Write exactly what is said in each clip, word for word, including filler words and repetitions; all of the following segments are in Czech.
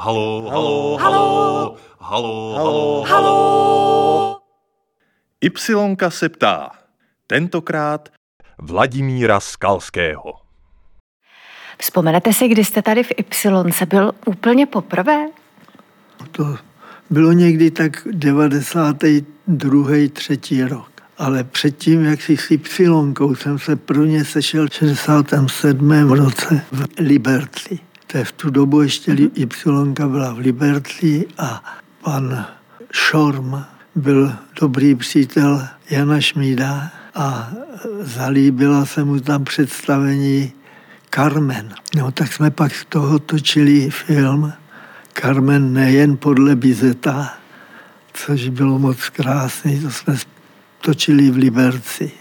Halo, halo, halo, halo, halo, halo. Ypsilonka se ptá. Tentokrát Vladimíra Skalského. Vzpomenete si, kdy jste tady v Ypsilonce byl úplně poprvé? To bylo někdy tak devadesátý druhý, třetí rok. Ale předtím, jak si s Ypsilonkou jsem se prvně sešel v šedesátém sedmém roce v Liberci. To je v tu dobu ještě Ypsilonka byla v Liberci a pan Šorm byl dobrý přítel Jana Šmída a zalíbila se mu tam představení Carmen. No tak jsme pak z toho točili film Carmen nejen podle Bizeta, což bylo moc krásný, to jsme točili v Liberci.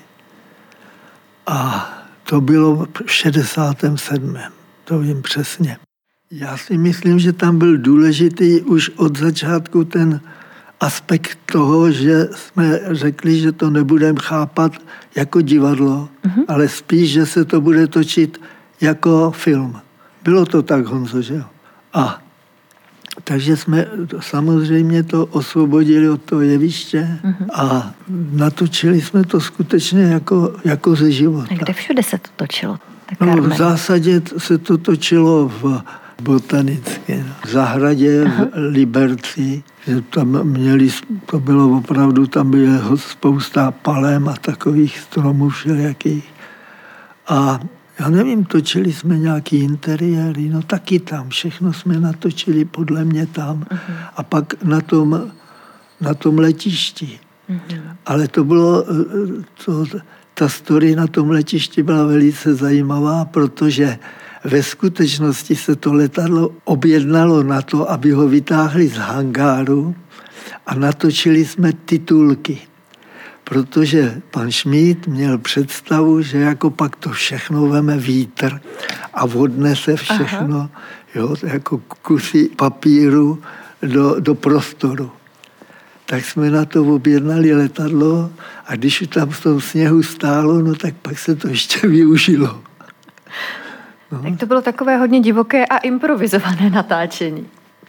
A to bylo v šedesátém sedmém To vím přesně. Já si myslím, že tam byl důležitý už od začátku ten aspekt toho, že jsme řekli, že to nebudeme chápat jako divadlo, mm-hmm. ale spíš, že se to bude točit jako film. Bylo to tak, Honzo, že jo? A takže jsme samozřejmě to osvobodili od toho jeviště mm-hmm. a natočili jsme to skutečně jako, jako ze života. A kde všude se to točilo? No, v zásadě se to točilo v Botanické, v zahradě v Liberci, že tam měli, to bylo opravdu, tam bylo spousta palem a takových stromů všelijakých. A já nevím, točili jsme nějaký interiéry, no taky tam, všechno jsme natočili podle mě tam. Uh-huh. A pak na tom, na tom letišti. Uh-huh. Ale to bylo, to, ta story na tom letišti byla velice zajímavá, protože ve skutečnosti se to letadlo objednalo na to, aby ho vytáhli z hangáru a natočili jsme titulky. Protože pan Šmíd měl představu, že jako pak to všechno veme vítr a odnese všechno, jo, jako kusy papíru do, do prostoru. Tak jsme na to objednali letadlo a když tam v tom sněhu stálo, no tak pak se to ještě využilo. No. Tak to bylo takové hodně divoké a improvizované natáčení.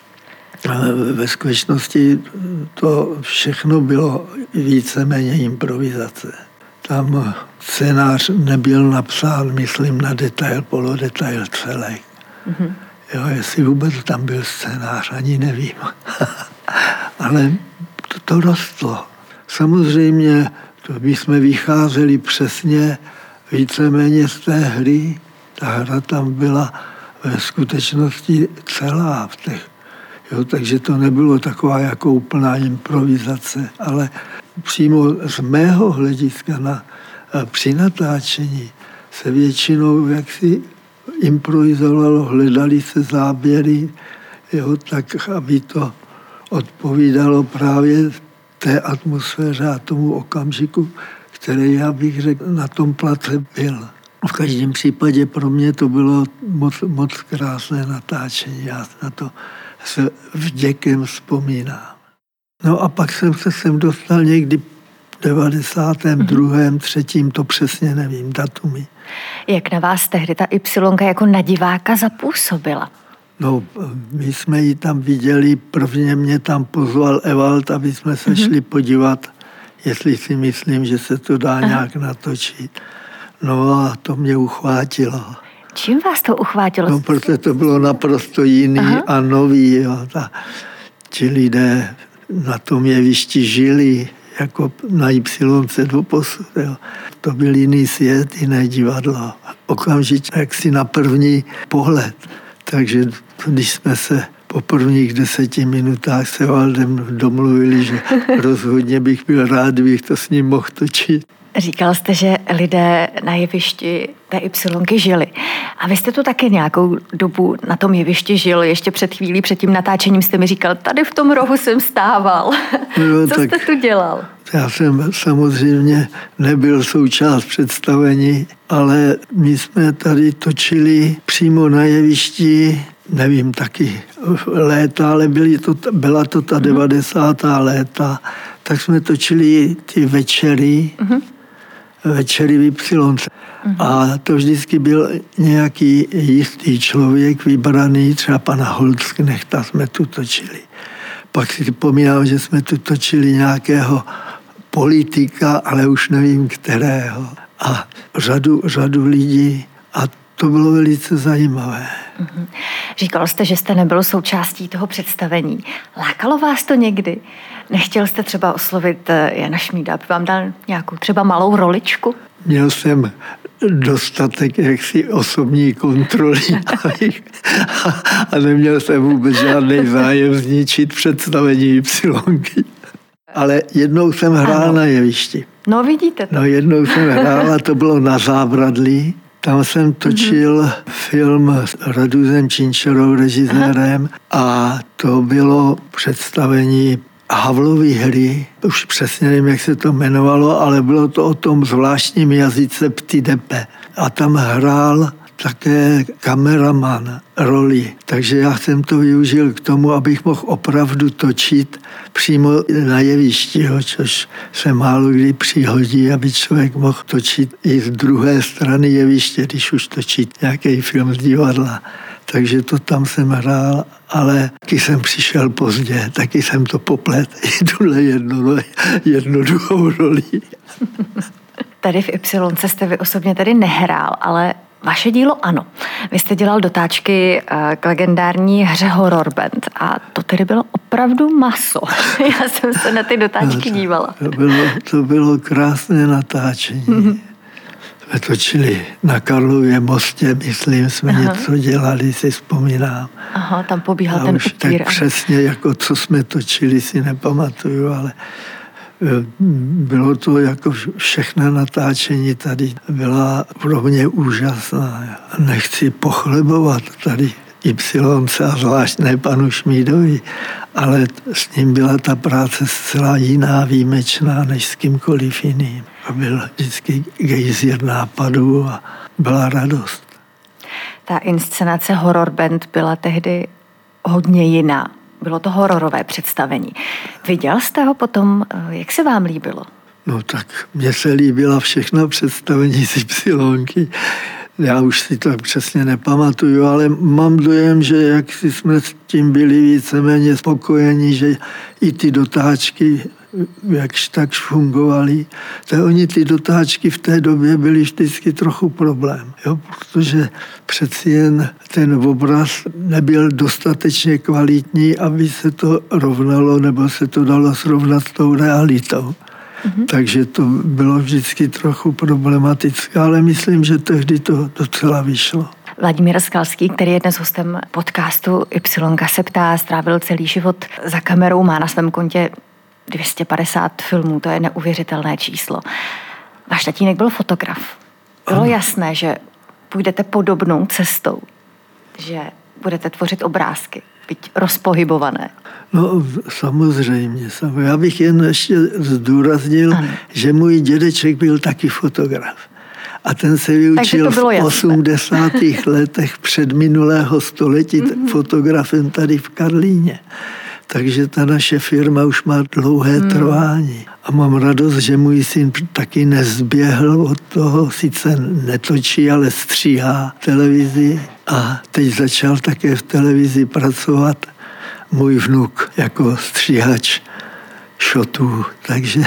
Ve skutečnosti to všechno bylo víceméně improvizace. Tam scénář nebyl napsán, myslím, na detail, polodetail celek. Mm-hmm. Jo, jestli vůbec tam byl scénář, ani nevím. Ale to, to rostlo. Samozřejmě to my jsme vycházeli přesně víceméně z té hry. Ta hra tam byla ve skutečnosti celá v těch. Jo, takže to nebylo taková jako úplná improvizace, ale přímo z mého hlediska na, při natáčení se většinou jaksi improvizovalo, hledali se záběry, jo, tak aby to odpovídalo právě té atmosféře a tomu okamžiku, který, já bych řekl, na tom place byl. V každém případě pro mě to bylo moc, moc krásné natáčení. Já na to se vděkem vzpomínám. No a pak jsem se sem dostal někdy v devadesátém druhém, třetím, to přesně nevím, datumy. Jak na vás tehdy ta Ypsilonka jako na diváka zapůsobila? No, my jsme ji tam viděli, prvně mě tam pozval Ewald, aby jsme se mm-hmm. šli podívat, jestli si myslím, že se to dá Aha. nějak natočit. No a to mě uchvátilo. Čím vás to uchvátilo? No, protože to bylo naprosto jiný Aha. a nový. Jo. Ta, ti lidé na tom jevišti žili, jako na Ypsilonce doposud. Jo. To byl jiný svět, jiné divadlo. Okamžitě, jak si na první pohled. Takže když jsme se po prvních deseti minutách se Valdem domluvili, že rozhodně bych byl rád, bych to s ním mohl točit. Říkal jste, že lidé na jevišti té Ypsilonky žili. A vy jste tu taky nějakou dobu na tom jevišti žil. Ještě před chvílí, před tím natáčením jste mi říkal, tady v tom rohu jsem stával. No, co jste tu dělal? Já jsem samozřejmě nebyl součást představení, ale my jsme tady točili přímo na jevišti, nevím, taky léta, ale byly to, byla to ta devadesátá léta, tak jsme točili ty večery, mm-hmm. večery v Ypsilonce. A to vždycky byl nějaký jistý člověk vybraný, třeba pana Holzknechta jsme tu točili. Pak si vzpomínám, že jsme tu točili nějakého politika, ale už nevím kterého. A řadu, řadu lidí. A to bylo velice zajímavé. Mm-hmm. Říkal jste, že jste nebyl součástí toho představení. Lákalo vás to někdy? Nechtěl jste třeba oslovit Jana Šmída, aby vám dal nějakou třeba malou roličku? Měl jsem dostatek jaksi osobní kontroly a neměl jsem vůbec žádný zájem zničit představení Ypsilonky. Ale jednou jsem hrál ano. na jevišti. No vidíte to. No jednou jsem hrál a to bylo na Zábradlí. Tam jsem točil mm-hmm. film s Raduzem Činčerou, režisérem, a to bylo představení Havlovy hry, už přesně nevím, jak se to jmenovalo, ale bylo to o tom zvláštním jazyce Ptidepe. A tam hrál také kameraman roli. Takže já jsem to využil k tomu, abych mohl opravdu točit přímo na jevišti, což se málo kdy přihodí, aby člověk mohl točit i z druhé strany jeviště, když už točí nějaký film z divadla. Takže to tam jsem hrál, ale taky jsem přišel pozdě, taky jsem to poplet i tuhle jednu, jednoduchou roli. Tady v Ypsilonce jste vy osobně tady nehrál, ale vaše dílo ano. Vy jste dělal dotáčky k legendární hře Horror Band a to tedy bylo opravdu maso. Já jsem se na ty dotáčky no, dívala. To bylo, to bylo krásné natáčení. Mm-hmm. Jsme točili na Karlově mostě, myslím, jsme Aha. něco dělali, si vzpomínám. Aha, tam pobíhal a ten už upír. Tak přesně, jako co jsme točili, si nepamatuju, ale bylo to jako všechno natáčení tady. Byla pro mě úžasná. Nechci pochlebovat tady Ypsilonce a zvlášť ne panu Šmídovi, ale s ním byla ta práce zcela jiná, výjimečná než s kýmkoliv jiným. A byl vždycky gejzír nápadů a byla radost. Ta inscenace Horror Band byla tehdy hodně jiná. Bylo to hororové představení. Viděl jste ho potom? Jak se vám líbilo? No tak mně se líbila všechna představení z Ypsilonky. Já už si to přesně nepamatuju, ale mám dojem, že jak si jsme s tím byli víceméně spokojeni, že i ty dotáčky jakž tak fungovaly. Tak oni ty dotáčky v té době byly vždycky trochu problém, jo? Protože přeci jen ten obraz nebyl dostatečně kvalitní, aby se to rovnalo nebo se to dalo srovnat s tou realitou. Mm-hmm. Takže to bylo vždycky trochu problematické, ale myslím, že tehdy to docela vyšlo. Vladimír Skalský, který je dnes hostem podcastu Ypsilonka se ptá, strávil celý život za kamerou, má na svém kontě dvě stě padesát filmů, to je neuvěřitelné číslo. Váš tatínek byl fotograf. Bylo ano. jasné, že půjdete podobnou cestou, že budete tvořit obrázky, byť rozpohybované. No samozřejmě. Já bych jen ještě zdůraznil, ano. že můj dědeček byl taky fotograf. A ten se vyučil v osmdesátých letech předminulého století mm-hmm. fotografem tady v Karlíně. Takže ta naše firma už má dlouhé hmm. trvání. A mám radost, že můj syn taky nezběhl od toho, sice netočí, ale stříhá televizi. A teď začal také v televizi pracovat můj vnuk jako stříhač šotů. Takže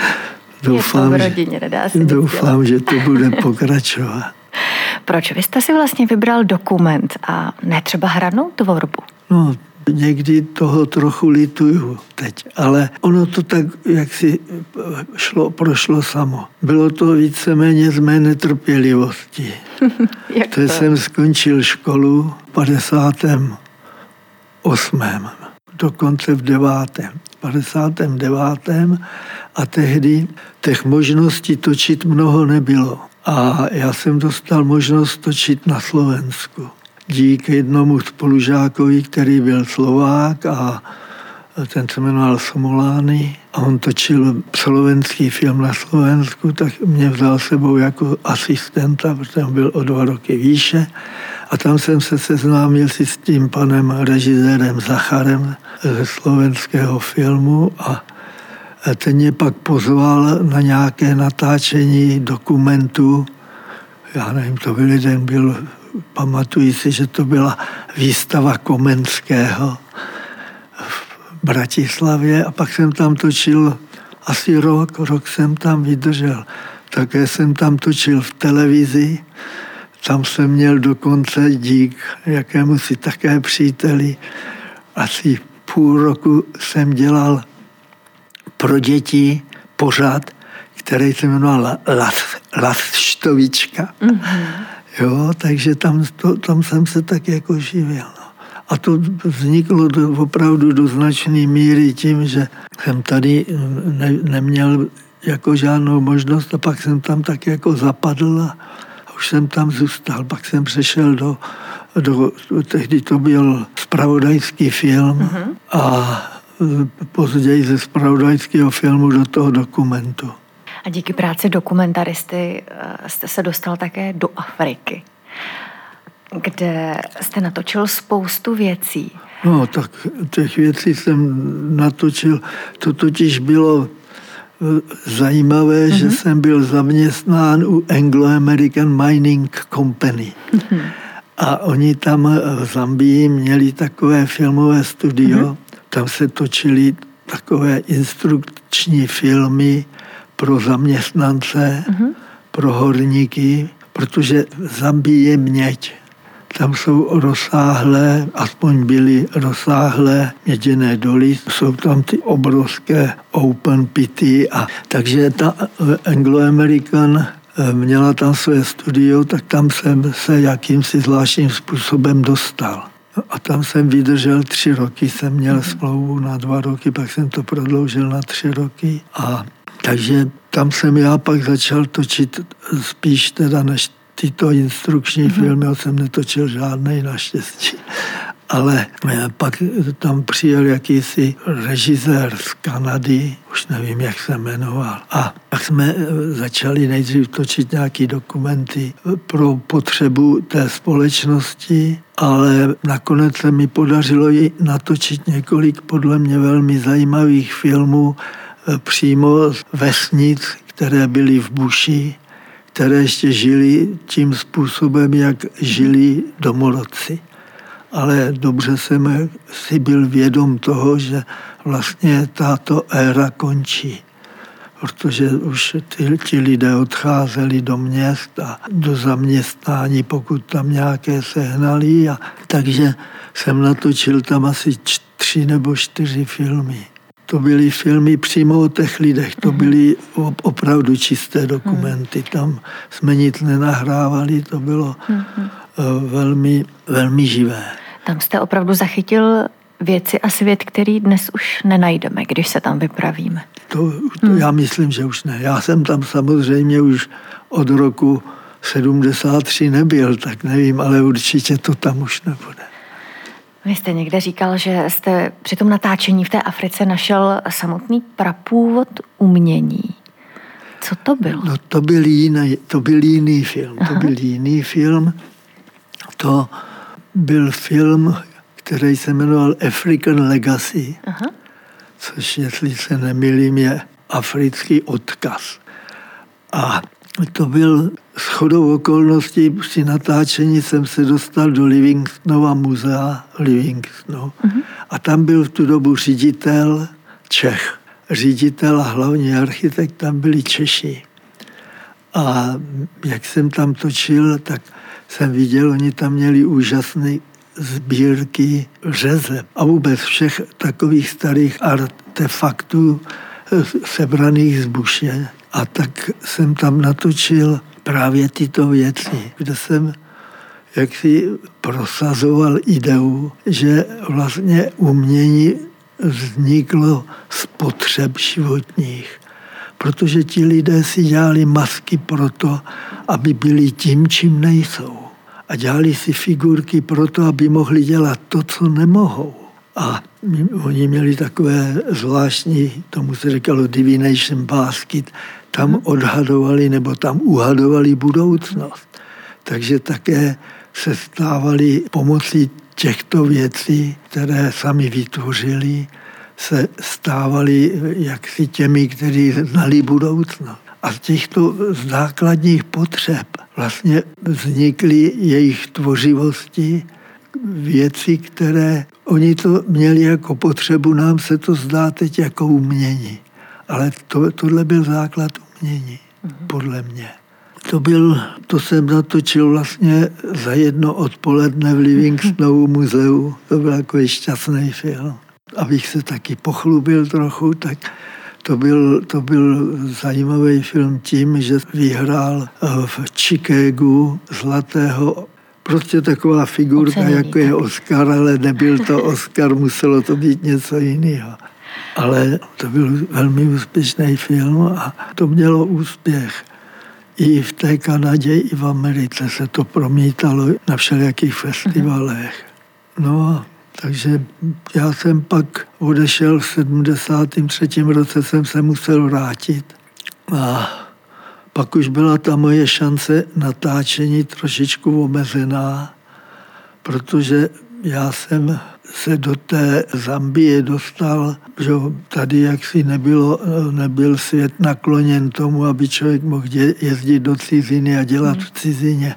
doufám, rodině, že, doufám že to bude pokračovat. Proč vy jste si vlastně vybral dokument a ne třeba hranou tvorbu? No, někdy toho trochu lituju teď, ale ono to tak, jak si šlo, prošlo samo. Bylo to víceméně z mé netrpělivosti. Jak to? To jsem skončil školu v padesátém osmém dokonce v devátém. padesátém devátém a tehdy těch možností točit mnoho nebylo. A já jsem dostal možnost točit na Slovensku. Díky jednomu spolužákovi, který byl Slovák a ten se jmenoval Somolány a on točil slovenský film na Slovensku, tak mě vzal sebou jako asistenta, protože on byl o dva roky výše a tam jsem se seznámil si s tím panem režisérem Zacharem ze slovenského filmu a ten mě pak pozval na nějaké natáčení dokumentu. Já nevím, to byl jeden, byl, pamatuji si, že to byla výstava Komenského v Bratislavě a pak jsem tam točil asi rok, rok jsem tam vydržel. Také jsem tam točil v televizi, tam jsem měl dokonce dík jakému si také příteli. Asi půl roku jsem dělal pro děti pořad, který se jmenoval Lastovička. Mm-hmm. Jo, takže tam, to, tam jsem se tak jako živil. No. A to vzniklo do, opravdu do značné míry tím, že jsem tady ne, neměl jako žádnou možnost a pak jsem tam tak jako zapadl a už jsem tam zůstal. Pak jsem přešel do, do tehdy to byl zpravodajský film mm-hmm. a později ze zpravodajského filmu do toho dokumentu. A díky práci dokumentaristy jste se dostal také do Afriky, kde jste natočil spoustu věcí. No, tak těch věcí jsem natočil. To totiž bylo zajímavé, mm-hmm. že jsem byl zaměstnán u Anglo-American Mining Company. Mm-hmm. A oni tam v Zambii měli takové filmové studio. Mm-hmm. Tam se točily takové instrukční filmy pro zaměstnance, mm-hmm. pro horníky, protože Zambii je měď. Tam jsou rozsáhlé, aspoň byly rozsáhlé měděné doly, jsou tam ty obrovské open pity. A takže ta Anglo-American měla tam své studio, tak tam jsem se jakýmsi zvláštním způsobem dostal. A tam jsem vydržel tři roky, jsem měl smlouvu na dva roky, pak jsem to prodloužil na tři roky. A takže tam jsem já pak začal točit spíš teda než tyto instrukční mm-hmm. filmy, já jsem netočil žádnej naštěstí. Ale pak tam přijel jakýsi režisér z Kanady, už nevím, jak se jmenoval. A pak jsme začali nejdřív točit nějaké dokumenty pro potřebu té společnosti, ale nakonec se mi podařilo i natočit několik podle mě velmi zajímavých filmů přímo z vesnic, které byly v buši, které ještě žili tím způsobem, jak žili domorodci. Ale dobře jsem si byl vědom toho, že vlastně tato éra končí. Protože už ty, ti lidé odcházeli do měst a do zaměstnání, pokud tam nějaké sehnali. A takže jsem natočil tam asi tři nebo čtyři filmy. To byly filmy přímo o těch lidech, to byly opravdu čisté dokumenty. Tam jsme nic nenahrávali, to bylo velmi, velmi živé. Tam jste opravdu zachytil věci a svět, který dnes už nenajdeme, když se tam vypravíme. To, to hmm. já myslím, že už ne. Já jsem tam samozřejmě už od roku sedmdesát tři nebyl, tak nevím, ale určitě to tam už nebude. Vy jste někde říkal, že jste při tom natáčení v té Africe našel samotný prapůvod umění. Co to bylo? No to byl jiný, to byl jiný film. Aha. To byl jiný film. To byl film, který se jmenoval African Legacy, aha. což, jestli se nemýlím, je africký odkaz. A to byl shodou okolností, při natáčení jsem se dostal do Livingstonova muzea Livingstonu. Uh-huh. A tam byl v tu dobu ředitel Čech. Ředitel a hlavní architekt tam byli Češi. A jak jsem tam točil, tak jsem viděl, oni tam měli úžasné sbírky řezeb a vůbec všech takových starých artefaktů sebraných z buše. A tak jsem tam natočil právě tyto věci, kde jsem jaksi prosazoval ideu, že vlastně umění vzniklo z potřeb životních. Protože ti lidé si dělali masky proto, aby byli tím, čím nejsou. A dělali si figurky proto, aby mohli dělat to, co nemohou. A oni měli takové zvláštní, tomu se říkalo divination basket, tam odhadovali nebo tam uhadovali budoucnost. Takže také se stávali pomocí těchto věcí, které sami vytvořili, se stávali jaksi těmi, kteří znali budoucnost. A z těchto základních potřeb vlastně vznikly jejich tvořivosti, věci, které oni to měli jako potřebu, nám se to zdá teď jako umění. Ale to, tohle byl základ umění, podle mě. To byl, to jsem natočil vlastně za jedno odpoledne v Livingstonovu muzeu. To byl jako šťastný film. Abych se taky pochlubil trochu, tak to byl, to byl zajímavý film tím, že vyhrál v Chicagu zlatého, prostě taková figurka, Ocenění. Jako je Oscar, ale nebyl to Oscar, muselo to být něco jiného. Ale to byl velmi úspěšný film a to mělo úspěch. I v té Kanadě, i v Americe se to promítalo na všelijakých festivalech. No, takže já jsem pak odešel v sedmdesátém třetím roce, jsem se musel vrátit. A pak už byla ta moje šance natáčení trošičku omezená, protože já jsem se do té Zambie dostal, že tady jaksi nebylo, nebyl svět nakloněn tomu, aby člověk mohl jezdit do ciziny a dělat v cizině.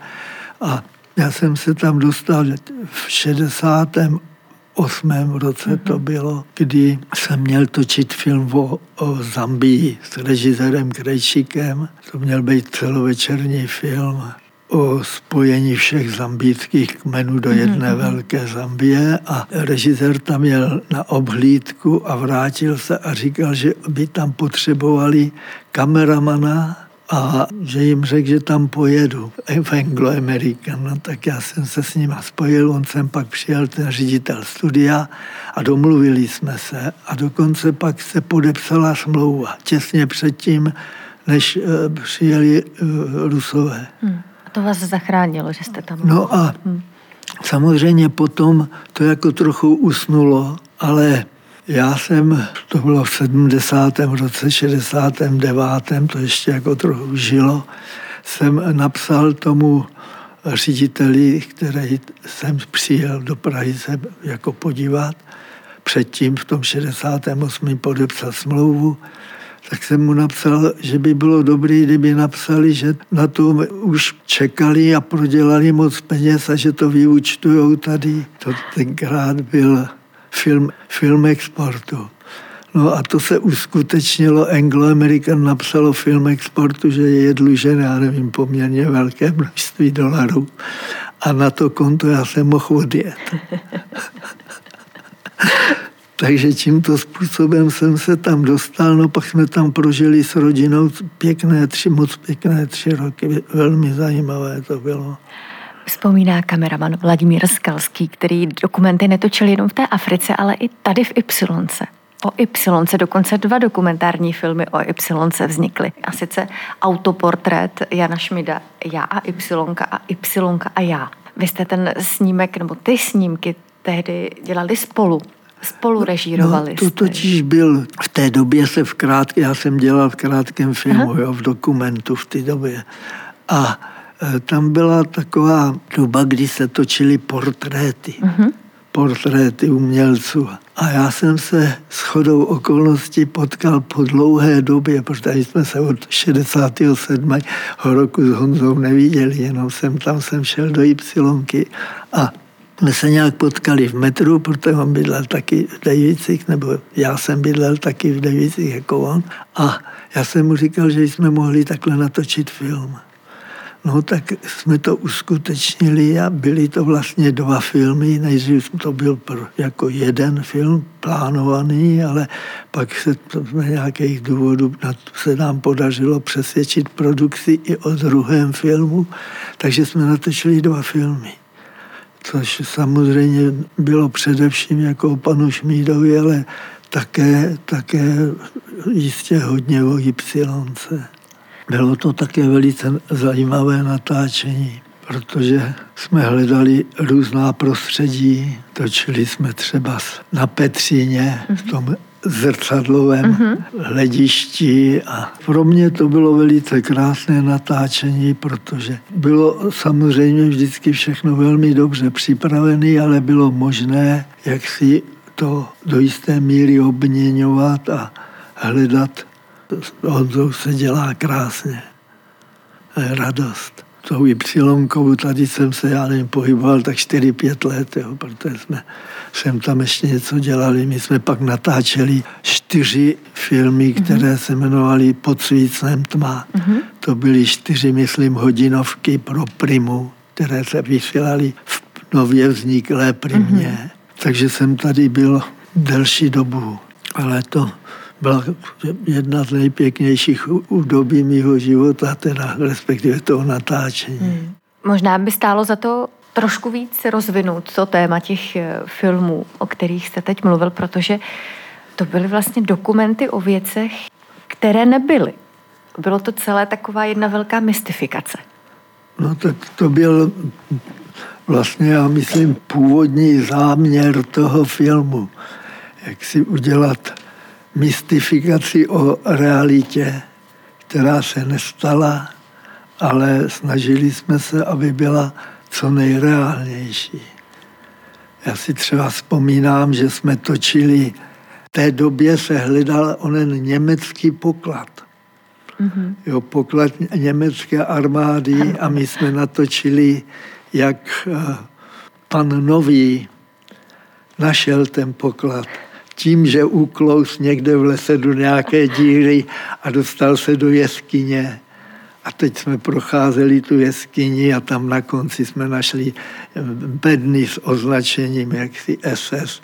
A já jsem se tam dostal v šedesátém osmém roce to bylo, kdy jsem měl točit film o, o Zambii s režisérem Krejčikem. To měl být celovečerní film o spojení všech zambijských kmenů do jedné mm-hmm. velké Zambie a režisér tam jel na obhlídku a vrátil se a říkal, že by tam potřebovali kameramana a že jim řekl, že tam pojedu v Anglo American. No, tak já jsem se s ním spojil, on sem pak přijel ten ředitel studia a domluvili jsme se a dokonce pak se podepsala smlouva těsně předtím, než uh, přijeli uh, Rusové. Hmm. A to vás zachránilo, že jste tam... No a hmm. samozřejmě potom to jako trochu usnulo, ale já jsem, to bylo v sedmdesátém roce, šedesátém devátém to ještě jako trochu žilo, jsem napsal tomu řediteli, který jsem přijel do Prahy se jako podívat, předtím v tom šedesátém osmém podepsal smlouvu, tak jsem mu napsal, že by bylo dobré, kdyby napsali, že na to už čekali a prodělali moc peněz a že to vyúčtujou tady. To tenkrát byl film, film exportu. No a to se uskutečnilo. Anglo American napsalo film exportu, že je dlužen, já nevím, poměrně velké množství dolarů. A na to konto já jsem mohl odjet. Takže tímto způsobem jsem se tam dostal, no pak jsme tam prožili s rodinou pěkné tři, moc pěkné tři roky. Velmi zajímavé to bylo. Vzpomíná kameraman Vladimír Skalský, který dokumenty netočil jenom v té Africe, ale i tady v Ypsilonce. O Ypsilonce, dokonce dva dokumentární filmy o Ypsilonce vznikly. A sice autoportrét Jana Šmida, Já a Ypsilonka a Ypsilonka a já. Vy jste ten snímek, nebo ty snímky tehdy dělali spolu. Spolu režírovali no, to totiž byl, v té době se v krátkém, já jsem dělal v krátkém filmu, jo, v dokumentu v té době. A e, tam byla taková doba, kdy se točily portréty. Uh-huh. Portréty umělců. A já jsem se shodou okolností potkal po dlouhé době, protože jsme se od šedesátého sedmého roku s Honzou neviděli, jenom jsem tam jsem šel do Ypsilonky a jsme se nějak potkali v metru, protože on bydlel taky v Dejvicích, nebo já jsem bydlel taky v Dejvicích jako on. A já jsem mu říkal, že jsme mohli takhle natočit film. No tak jsme to uskutečnili a byly to vlastně dva filmy. Nejdřív to byl jako jeden film plánovaný, ale pak se to z nějakých důvodů se nám podařilo přesvědčit produkci i o druhém filmu, takže jsme natočili dva filmy. Což samozřejmě bylo především jako o panu Šmídovi, ale také, také jistě hodně o Ypsilonce. Bylo to také velice zajímavé natáčení, protože jsme hledali různá prostředí. Točili jsme třeba na Petříně, v tom zrcadlovém mm-hmm. hledišti a pro mě to bylo velice krásné natáčení, protože bylo samozřejmě vždycky všechno velmi dobře připravené, ale bylo možné jak si to do jisté míry obměňovat a hledat. S Honzou se dělá krásně. Radost. Tou Y tady jsem se, já nevím, pohyboval tak čtyři pět let, jo, protože jsme sem tam ještě něco dělali. My jsme pak natáčeli čtyři filmy, které mm-hmm. se jmenovaly Pod svícnem tma. Mm-hmm. To byly čtyři, myslím, hodinovky pro Primu, které se vysílaly v nově vzniklé Primě. Mm-hmm. Takže jsem tady byl delší dobu. Ale to byla jedna z nejpěknějších údobí mýho života, teda respektive toho natáčení. Hmm. Možná by stálo za to trošku víc rozvinout to téma těch filmů, o kterých jste teď mluvil, protože to byly vlastně dokumenty o věcech, které nebyly. Bylo to celé taková jedna velká mystifikace. No tak to byl vlastně, já myslím, původní záměr toho filmu. Jak si udělat mystifikaci o realitě, která se nestala, ale snažili jsme se, aby byla co nejreálnější. Já si třeba vzpomínám, že jsme točili, v té době se hledal onen německý poklad. Mm-hmm. Jo, poklad německé armády a my jsme natočili, jak pan Nový našel ten poklad. Tím, že uklous někde v lese do nějaké díry a dostal se do jeskyně. A teď jsme procházeli tu jeskyni a tam na konci jsme našli bedny s označením jaksi S S.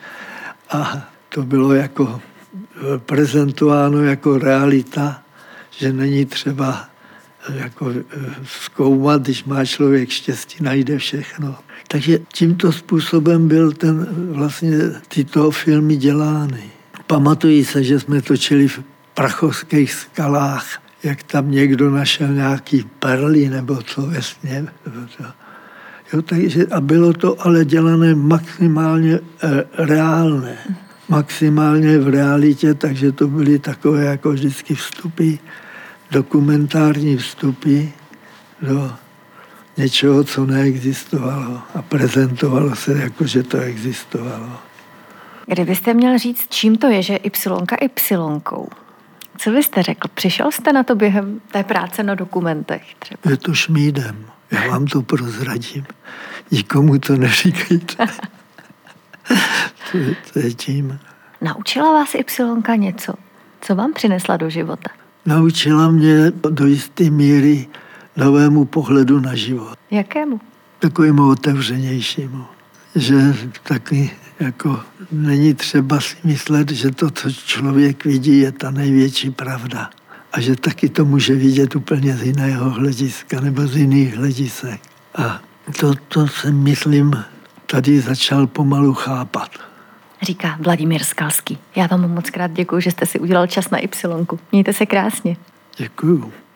A to bylo jako prezentováno jako realita, že není třeba jako zkoumat, když má člověk štěstí, najde všechno. Takže tímto způsobem byl ten vlastně tyto filmy dělány. Pamatuji se, že jsme točili v Prachovských skalách, jak tam někdo našel nějaký perly nebo co vesně. Jo, takže, a bylo to ale dělané maximálně e, reálné. Maximálně v realitě, takže to byly takové jako vždycky vstupy, dokumentární vstupy do něčeho, co neexistovalo a prezentovalo se jako, že to existovalo. Kdybyste měl říct, čím to je, že Ypsilonka Ypsilonkou, co byste řekl? Přišel jste na to během té práce na dokumentech třeba? Je to šmídem. Já vám to prozradím. Nikomu to neříkejte. to, je, to je tím. Naučila vás Ypsilonka něco? Co vám přinesla do života? Naučila mě do jisté míry novému pohledu na život. Jakému? Takovému otevřenějšímu. Že taky jako není třeba si myslet, že to, co člověk vidí, je ta největší pravda. A že taky to může vidět úplně z jiného hlediska nebo z jiných hledisek. A to, to jsem, myslím, tady začal pomalu chápat. Říká Vladimír Skalský. Já vám moc krát děkuji, že jste si udělal čas na Ypsilonku. Mějte se krásně. Děkuju.